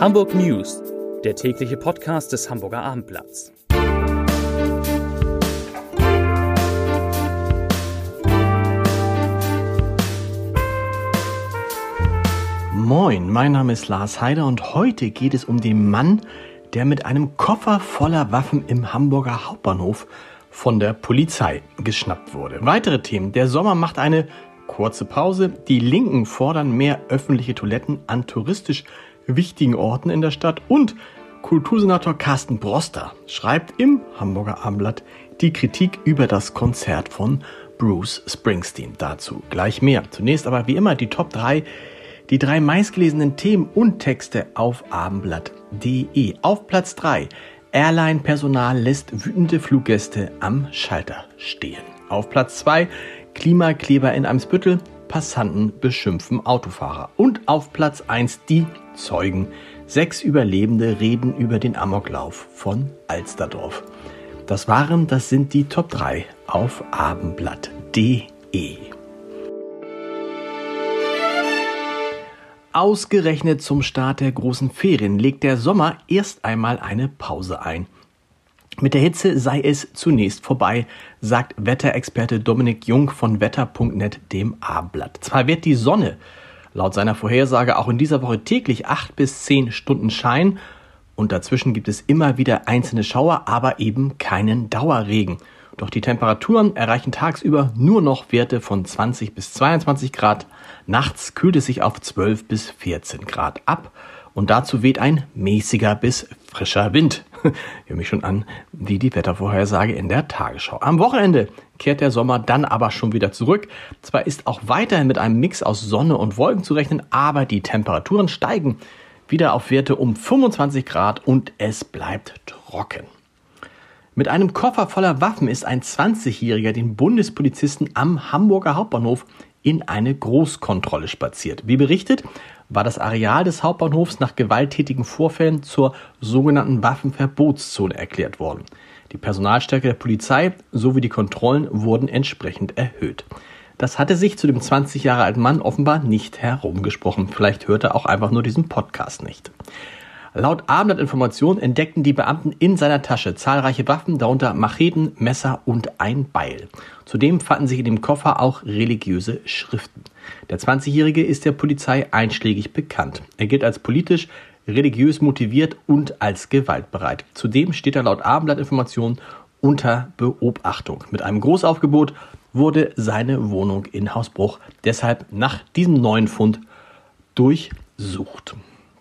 Hamburg News, der tägliche Podcast des Hamburger Abendblatts. Moin, mein Name ist Lars Heider und heute geht es um den Mann, der mit einem Koffer voller Waffen im Hamburger Hauptbahnhof von der Polizei geschnappt wurde. Weitere Themen: Der Sommer macht eine kurze Pause. Die Linken fordern mehr öffentliche Toiletten an touristisch wichtigen Orten in der Stadt. Und Kultursenator Carsten Broster schreibt im Hamburger Abendblatt die Kritik über das Konzert von Bruce Springsteen. Dazu gleich mehr. Zunächst aber wie immer die Top 3, die 3 meistgelesenen Themen und Texte auf abendblatt.de. Auf Platz 3: Airline-Personal lässt wütende Fluggäste am Schalter stehen. Auf Platz 2: Klimakleber in Eimsbüttel, Passanten beschimpfen Autofahrer. Und auf Platz 1: die Zeugen. 6 Überlebende reden über den Amoklauf von Alsterdorf. Das sind die Top 3 auf abendblatt.de. Ausgerechnet zum Start der großen Ferien legt der Sommer erst einmal eine Pause ein. Mit der Hitze sei es zunächst vorbei, sagt Wetterexperte Dominik Jung von wetter.net dem Abendblatt. Zwar wird die Sonne laut seiner Vorhersage auch in dieser Woche täglich 8 bis 10 Stunden scheinen und dazwischen gibt es immer wieder einzelne Schauer, aber eben keinen Dauerregen. Doch die Temperaturen erreichen tagsüber nur noch Werte von 20 bis 22 Grad. Nachts kühlt es sich auf 12 bis 14 Grad ab und dazu weht ein mäßiger bis frischer Wind. Ich höre mich schon an wie die Wettervorhersage in der Tagesschau. Am Wochenende kehrt der Sommer dann aber schon wieder zurück. Zwar ist auch weiterhin mit einem Mix aus Sonne und Wolken zu rechnen, aber die Temperaturen steigen wieder auf Werte um 25 Grad und es bleibt trocken. Mit einem Koffer voller Waffen ist ein 20-Jähriger den Bundespolizisten am Hamburger Hauptbahnhof in eine Großkontrolle spaziert. Wie berichtet, war das Areal des Hauptbahnhofs nach gewalttätigen Vorfällen zur sogenannten Waffenverbotszone erklärt worden. Die Personalstärke der Polizei sowie die Kontrollen wurden entsprechend erhöht. Das hatte sich zu dem 20 Jahre alten Mann offenbar nicht herumgesprochen. Vielleicht hört er auch einfach nur diesen Podcast nicht. Laut Abendblatt-Informationen entdeckten die Beamten in seiner Tasche zahlreiche Waffen, darunter Macheten, Messer und ein Beil. Zudem fanden sich in dem Koffer auch religiöse Schriften. Der 20-Jährige ist der Polizei einschlägig bekannt. Er gilt als politisch, religiös motiviert und als gewaltbereit. Zudem steht er laut Abendblatt-Informationen unter Beobachtung. Mit einem Großaufgebot wurde seine Wohnung in Hausbruch deshalb nach diesem neuen Fund durchsucht.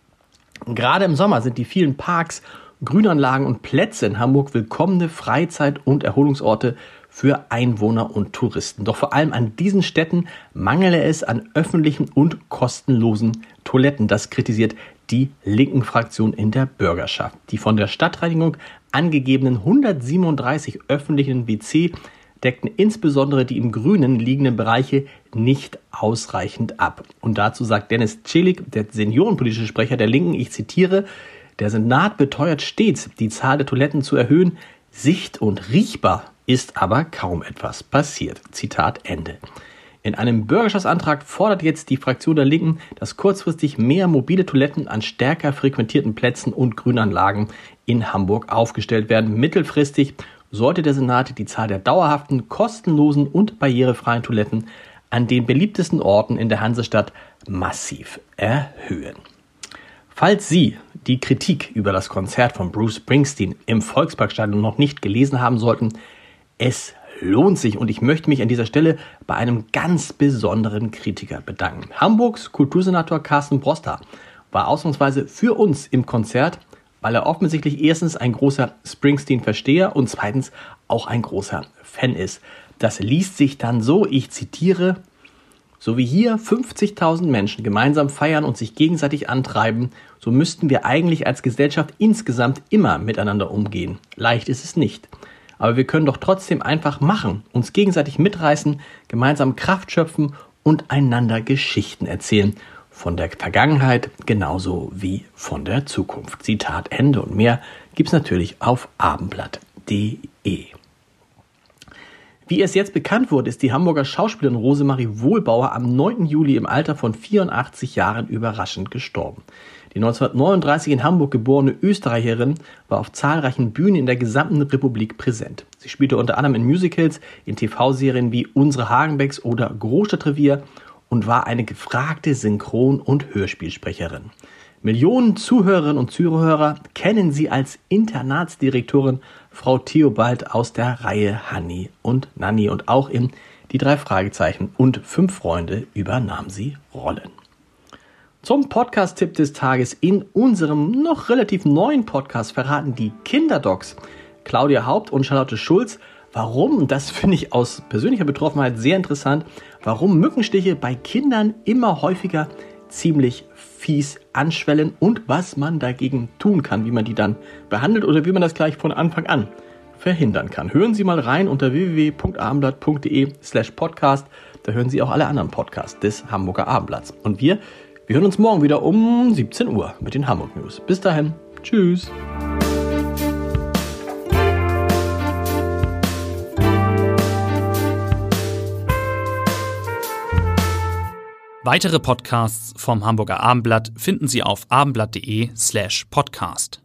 Gerade im Sommer sind die vielen Parks, Grünanlagen und Plätze in Hamburg willkommene Freizeit- und Erholungsorte für Einwohner und Touristen. Doch vor allem an diesen Städten mangele es an öffentlichen und kostenlosen Toiletten. Das kritisiert die linken Fraktion in der Bürgerschaft. Die von der Stadtreinigung angegebenen 137 öffentlichen WC deckten insbesondere die im Grünen liegenden Bereiche nicht ausreichend ab. Und dazu sagt Dennis Celik, der seniorenpolitische Sprecher der Linken, ich zitiere: Der Senat beteuert stets, die Zahl der Toiletten zu erhöhen. Sicht- und riechbar ist aber kaum etwas passiert. Zitat Ende. In einem Bürgerschaftsantrag fordert jetzt die Fraktion der Linken, dass kurzfristig mehr mobile Toiletten an stärker frequentierten Plätzen und Grünanlagen in Hamburg aufgestellt werden. Mittelfristig sollte der Senat die Zahl der dauerhaften, kostenlosen und barrierefreien Toiletten an den beliebtesten Orten in der Hansestadt massiv erhöhen. Falls Sie die Kritik über das Konzert von Bruce Springsteen im Volksparkstadion noch nicht gelesen haben sollten, es lohnt sich und ich möchte mich an dieser Stelle bei einem ganz besonderen Kritiker bedanken. Hamburgs Kultursenator Carsten Broster war ausnahmsweise für uns im Konzert, weil er offensichtlich erstens ein großer Springsteen-Versteher und zweitens auch ein großer Fan ist. Das liest sich dann so, ich zitiere: So wie hier 50.000 Menschen gemeinsam feiern und sich gegenseitig antreiben, so müssten wir eigentlich als Gesellschaft insgesamt immer miteinander umgehen. Leicht ist es nicht. Aber wir können doch trotzdem einfach machen, uns gegenseitig mitreißen, gemeinsam Kraft schöpfen und einander Geschichten erzählen. Von der Vergangenheit genauso wie von der Zukunft. Zitat Ende und mehr gibt's natürlich auf abendblatt.de. Wie es jetzt bekannt wurde, ist die Hamburger Schauspielerin Rosemarie Wohlbauer am 9. Juli im Alter von 84 Jahren überraschend gestorben. Die 1939 in Hamburg geborene Österreicherin war auf zahlreichen Bühnen in der gesamten Republik präsent. Sie spielte unter anderem in Musicals, in TV-Serien wie Unsere Hagenbecks oder Großstadtrevier und war eine gefragte Synchron- und Hörspielsprecherin. Millionen Zuhörerinnen und Zuhörer kennen sie als Internatsdirektorin Frau Theobald aus der Reihe Hanni und Nanni, und auch in Die 3 Fragezeichen und 5 Freunde übernahm sie Rollen. Zum Podcast-Tipp des Tages in unserem noch relativ neuen Podcast verraten die Kinderdocs Claudia Haupt und Charlotte Schulz, warum, das finde ich aus persönlicher Betroffenheit sehr interessant, warum Mückenstiche bei Kindern immer häufiger ziemlich fies anschwellen und was man dagegen tun kann, wie man die dann behandelt oder wie man das gleich von Anfang an verhindern kann. Hören Sie mal rein unter www.abendblatt.de/podcast. Da hören Sie auch alle anderen Podcasts des Hamburger Abendblatts. Und wir hören uns morgen wieder um 17 Uhr mit den Hamburg News. Bis dahin. Tschüss. Weitere Podcasts vom Hamburger Abendblatt finden Sie auf abendblatt.de/podcast.